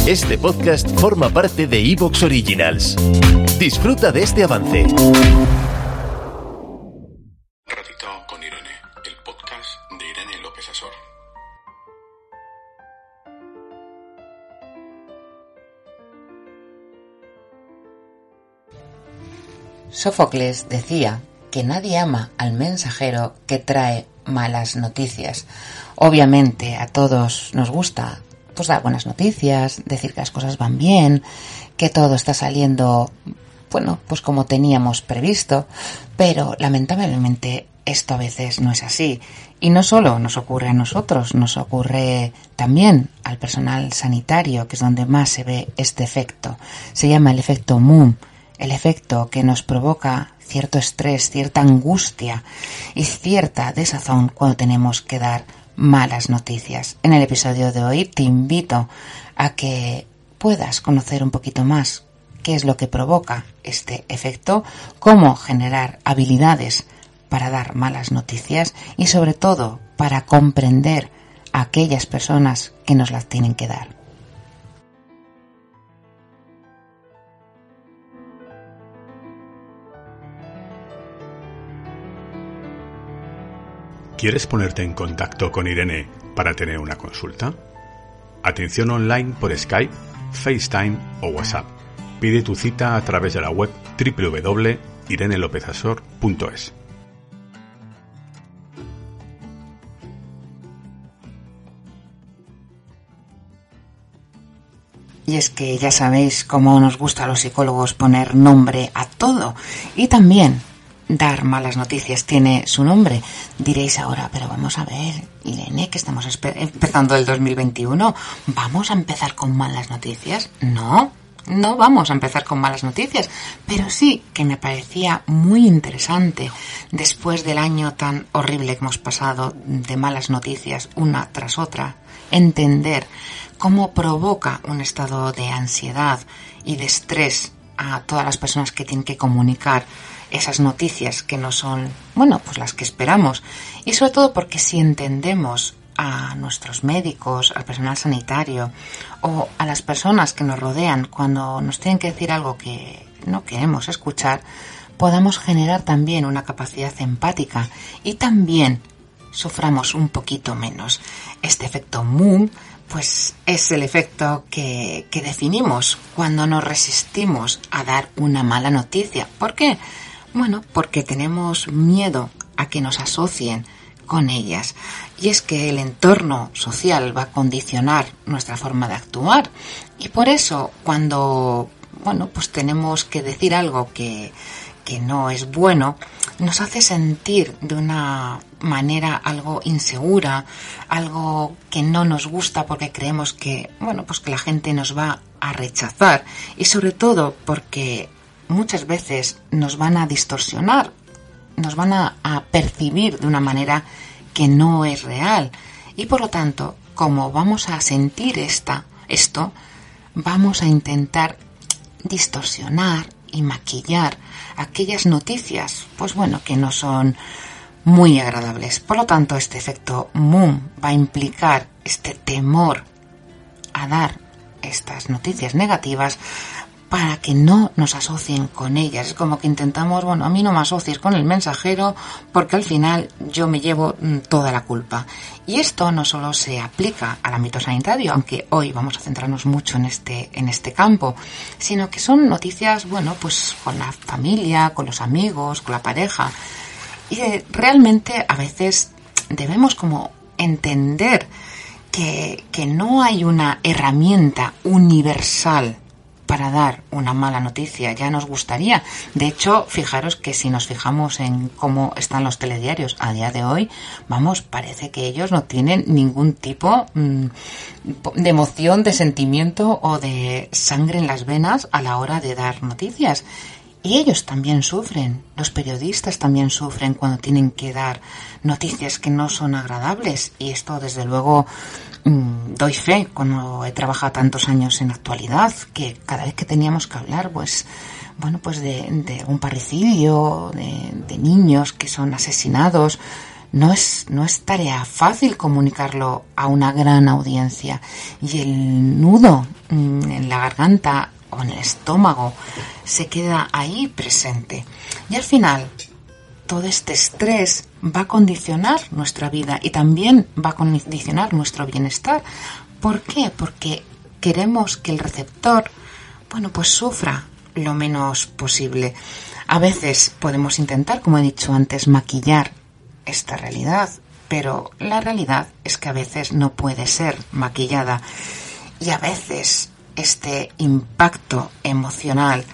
Este podcast forma parte de iVoox Originals. Disfruta de este avance. Ratito con Irene, el podcast de Irene López Asor. Sófocles decía que nadie ama al mensajero que trae malas noticias. Obviamente a todos nos gusta pues dar buenas noticias, decir que las cosas van bien, que todo está saliendo, bueno, pues como teníamos previsto, pero lamentablemente esto a veces no es así. Y no solo nos ocurre a nosotros, nos ocurre también al personal sanitario, que es donde más se ve este efecto. Se llama el efecto MUM, el efecto que nos provoca cierto estrés, cierta angustia y cierta desazón cuando tenemos que dar malas noticias. En el episodio de hoy te invito a que puedas conocer un poquito más qué es lo que provoca este efecto, cómo generar habilidades para dar malas noticias y sobre todo para comprender a aquellas personas que nos las tienen que dar. ¿Quieres ponerte en contacto con Irene para tener una consulta? Atención online por Skype, FaceTime o WhatsApp. Pide tu cita a través de la web www.irenelopezasor.es. Y es que ya sabéis cómo nos gusta a los psicólogos poner nombre a todo y también dar malas noticias tiene su nombre. Diréis ahora, pero vamos a ver, Irene, que estamos empezando el 2021, ¿vamos a empezar con malas noticias? No vamos a empezar con malas noticias, pero sí que me parecía muy interesante, después del año tan horrible que hemos pasado de malas noticias una tras otra, entender cómo provoca un estado de ansiedad y de estrés a todas las personas que tienen que comunicar esas noticias que no son, bueno, pues las que esperamos. Y sobre todo porque si entendemos a nuestros médicos, al personal sanitario o a las personas que nos rodean cuando nos tienen que decir algo que no queremos escuchar, podamos generar también una capacidad empática y también suframos un poquito menos. Este efecto MUM pues es el efecto que definimos cuando nos resistimos a dar una mala noticia. ¿Por qué? Bueno, porque tenemos miedo a que nos asocien con ellas. Y es que el entorno social va a condicionar nuestra forma de actuar. Y por eso, cuando, bueno, pues tenemos que decir algo que no es bueno, nos hace sentir de una manera algo insegura, algo que no nos gusta porque creemos que, bueno, pues que la gente nos va a rechazar. Y sobre todo porque muchas veces nos van a distorsionar, nos van a percibir de una manera que no es real. Y por lo tanto, como vamos a sentir esto, vamos a intentar distorsionar y maquillar aquellas noticias, pues bueno, que no son muy agradables. Por lo tanto, este efecto MUM va a implicar este temor a dar estas noticias negativas para que no nos asocien con ellas. Es como que intentamos, bueno, a mí no me asocies con el mensajero porque al final yo me llevo toda la culpa. Y esto no solo se aplica al ámbito sanitario, aunque hoy vamos a centrarnos mucho en este campo, sino que son noticias, bueno, pues con la familia, con los amigos, con la pareja. Y realmente a veces debemos como entender que no hay una herramienta universal para dar una mala noticia. Ya nos gustaría. De hecho, fijaros que si nos fijamos en cómo están los telediarios a día de hoy, vamos, parece que ellos no tienen ningún tipo de emoción, de sentimiento o de sangre en las venas a la hora de dar noticias. Y ellos también sufren, los periodistas también sufren cuando tienen que dar noticias que no son agradables. Y esto, desde luego, doy fe, cuando he trabajado tantos años en actualidad, que cada vez que teníamos que hablar, pues, bueno, pues de un parricidio, de niños que son asesinados, No es tarea fácil comunicarlo a una gran audiencia, y el nudo en la garganta o en el estómago se queda ahí presente. Y al final, todo este estrés va a condicionar nuestra vida y también va a condicionar nuestro bienestar. ¿Por qué? Porque queremos que el receptor, pues sufra lo menos posible. A veces podemos intentar, como he dicho antes, maquillar esta realidad, pero la realidad es que a veces no puede ser maquillada, y a veces este impacto emocional,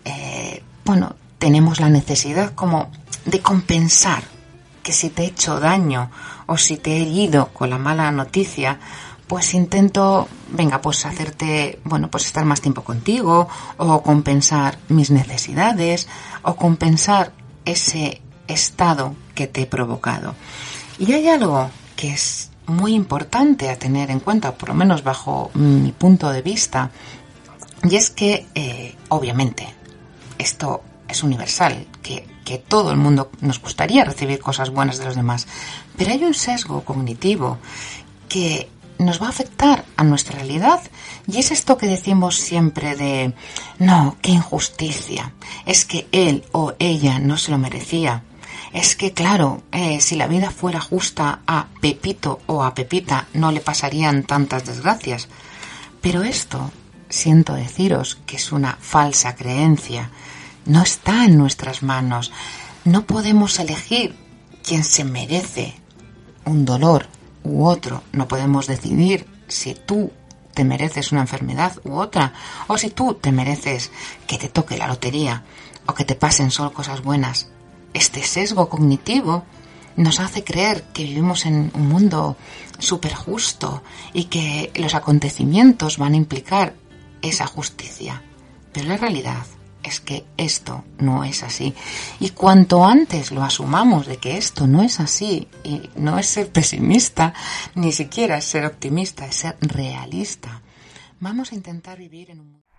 tenemos la necesidad como de compensar, que si te he hecho daño o si te he herido con la mala noticia, pues intento, hacerte, estar más tiempo contigo, o compensar mis necesidades, o compensar ese estado que te he provocado. Y hay algo que es muy importante a tener en cuenta, por lo menos bajo mi punto de vista, y es que, obviamente, esto es universal, que todo el mundo nos gustaría recibir cosas buenas de los demás, pero hay un sesgo cognitivo que nos va a afectar a nuestra realidad, y es esto que decimos siempre de no, qué injusticia, es que él o ella no se lo merecía, es que claro, si la vida fuera justa, a Pepito o a Pepita no le pasarían tantas desgracias. Pero esto, siento deciros que es una falsa creencia, no está en nuestras manos, no podemos elegir quién se merece un dolor u otro, no podemos decidir si tú te mereces una enfermedad u otra, o si tú te mereces que te toque la lotería o que te pasen solo cosas buenas. Este sesgo cognitivo nos hace creer que vivimos en un mundo súper justo y que los acontecimientos van a implicar esa justicia, pero la realidad es que esto no es así, y cuanto antes lo asumamos de que esto no es así, y no es ser pesimista, ni siquiera es ser optimista, es ser realista, vamos a intentar vivir en un mundo.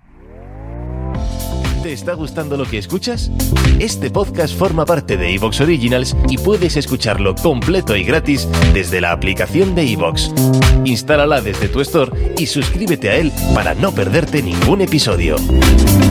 ¿Te está gustando lo que escuchas? Este podcast forma parte de iVoox Originals y puedes escucharlo completo y gratis desde la aplicación de iVoox. Instálala desde tu store y suscríbete a él para no perderte ningún episodio.